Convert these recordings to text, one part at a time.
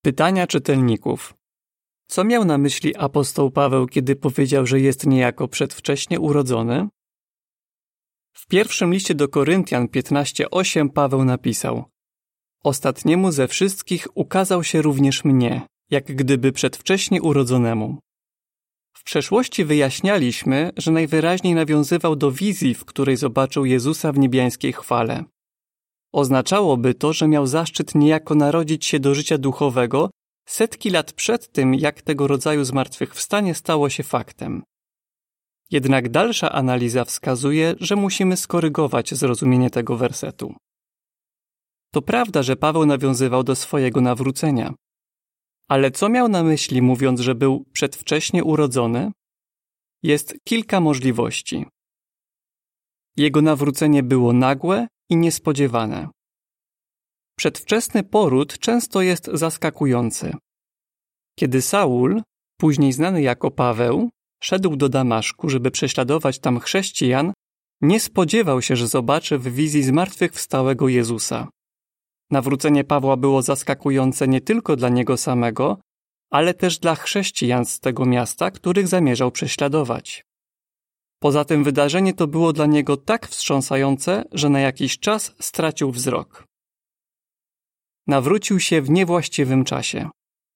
Pytania czytelników. Co miał na myśli apostoł Paweł, kiedy powiedział, że jest niejako przedwcześnie urodzony? W pierwszym liście do Koryntian 15:8 Paweł napisał: Ostatniemu ze wszystkich ukazał się również mnie, jak gdyby przedwcześnie urodzonemu. W przeszłości wyjaśnialiśmy, że najwyraźniej nawiązywał do wizji, w której zobaczył Jezusa w niebiańskiej chwale. Oznaczałoby to, że miał zaszczyt niejako narodzić się do życia duchowego setki lat przed tym, jak tego rodzaju zmartwychwstanie stało się faktem. Jednak dalsza analiza wskazuje, że musimy skorygować zrozumienie tego wersetu. To prawda, że Paweł nawiązywał do swojego nawrócenia. Ale co miał na myśli, mówiąc, że był przedwcześnie urodzony? Jest kilka możliwości. Jego nawrócenie było nagłe i niespodziewane. Przedwczesny poród często jest zaskakujący. Kiedy Saul, później znany jako Paweł, szedł do Damaszku, żeby prześladować tam chrześcijan, nie spodziewał się, że zobaczy w wizji zmartwychwstałego Jezusa. Nawrócenie Pawła było zaskakujące nie tylko dla niego samego, ale też dla chrześcijan z tego miasta, których zamierzał prześladować. Poza tym wydarzenie to było dla niego tak wstrząsające, że na jakiś czas stracił wzrok. Nawrócił się w niewłaściwym czasie.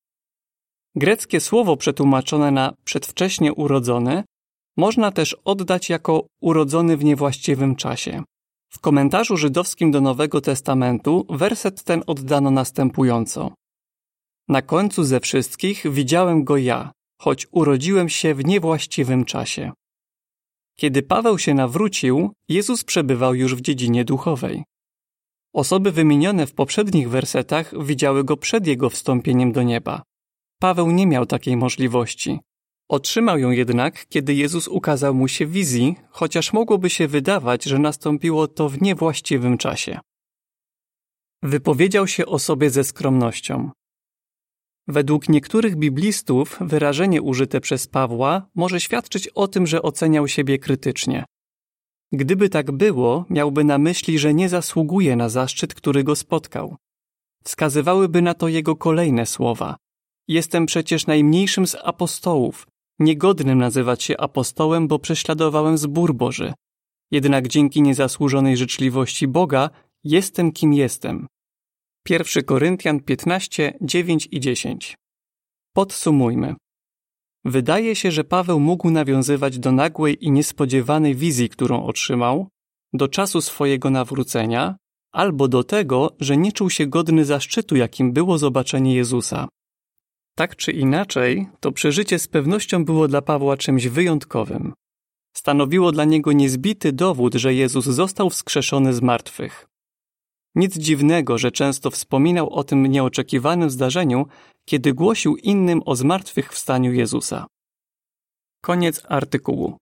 Greckie słowo przetłumaczone na przedwcześnie urodzony można też oddać jako urodzony w niewłaściwym czasie. W komentarzu żydowskim do Nowego Testamentu werset ten oddano następująco. Na końcu ze wszystkich widziałem go ja, choć urodziłem się w niewłaściwym czasie. Kiedy Paweł się nawrócił, Jezus przebywał już w dziedzinie duchowej. Osoby wymienione w poprzednich wersetach widziały go przed jego wstąpieniem do nieba. Paweł nie miał takiej możliwości. Otrzymał ją jednak, kiedy Jezus ukazał mu się w wizji, chociaż mogłoby się wydawać, że nastąpiło to w niewłaściwym czasie. Wypowiedział się o sobie ze skromnością. Według niektórych biblistów wyrażenie użyte przez Pawła może świadczyć o tym, że oceniał siebie krytycznie. Gdyby tak było, miałby na myśli, że nie zasługuje na zaszczyt, który go spotkał. Wskazywałyby na to jego kolejne słowa. Jestem przecież najmniejszym z apostołów, niegodnym nazywać się apostołem, bo prześladowałem zbór Boży. Jednak dzięki niezasłużonej życzliwości Boga jestem kim jestem. 1 Koryntian 15, 9 i 10. Podsumujmy. Wydaje się, że Paweł mógł nawiązywać do nagłej i niespodziewanej wizji, którą otrzymał, do czasu swojego nawrócenia, albo do tego, że nie czuł się godny zaszczytu, jakim było zobaczenie Jezusa. Tak czy inaczej, to przeżycie z pewnością było dla Pawła czymś wyjątkowym. Stanowiło dla niego niezbity dowód, że Jezus został wskrzeszony z martwych. Nic dziwnego, że często wspominał o tym nieoczekiwanym zdarzeniu, kiedy głosił innym o zmartwychwstaniu Jezusa. Koniec artykułu.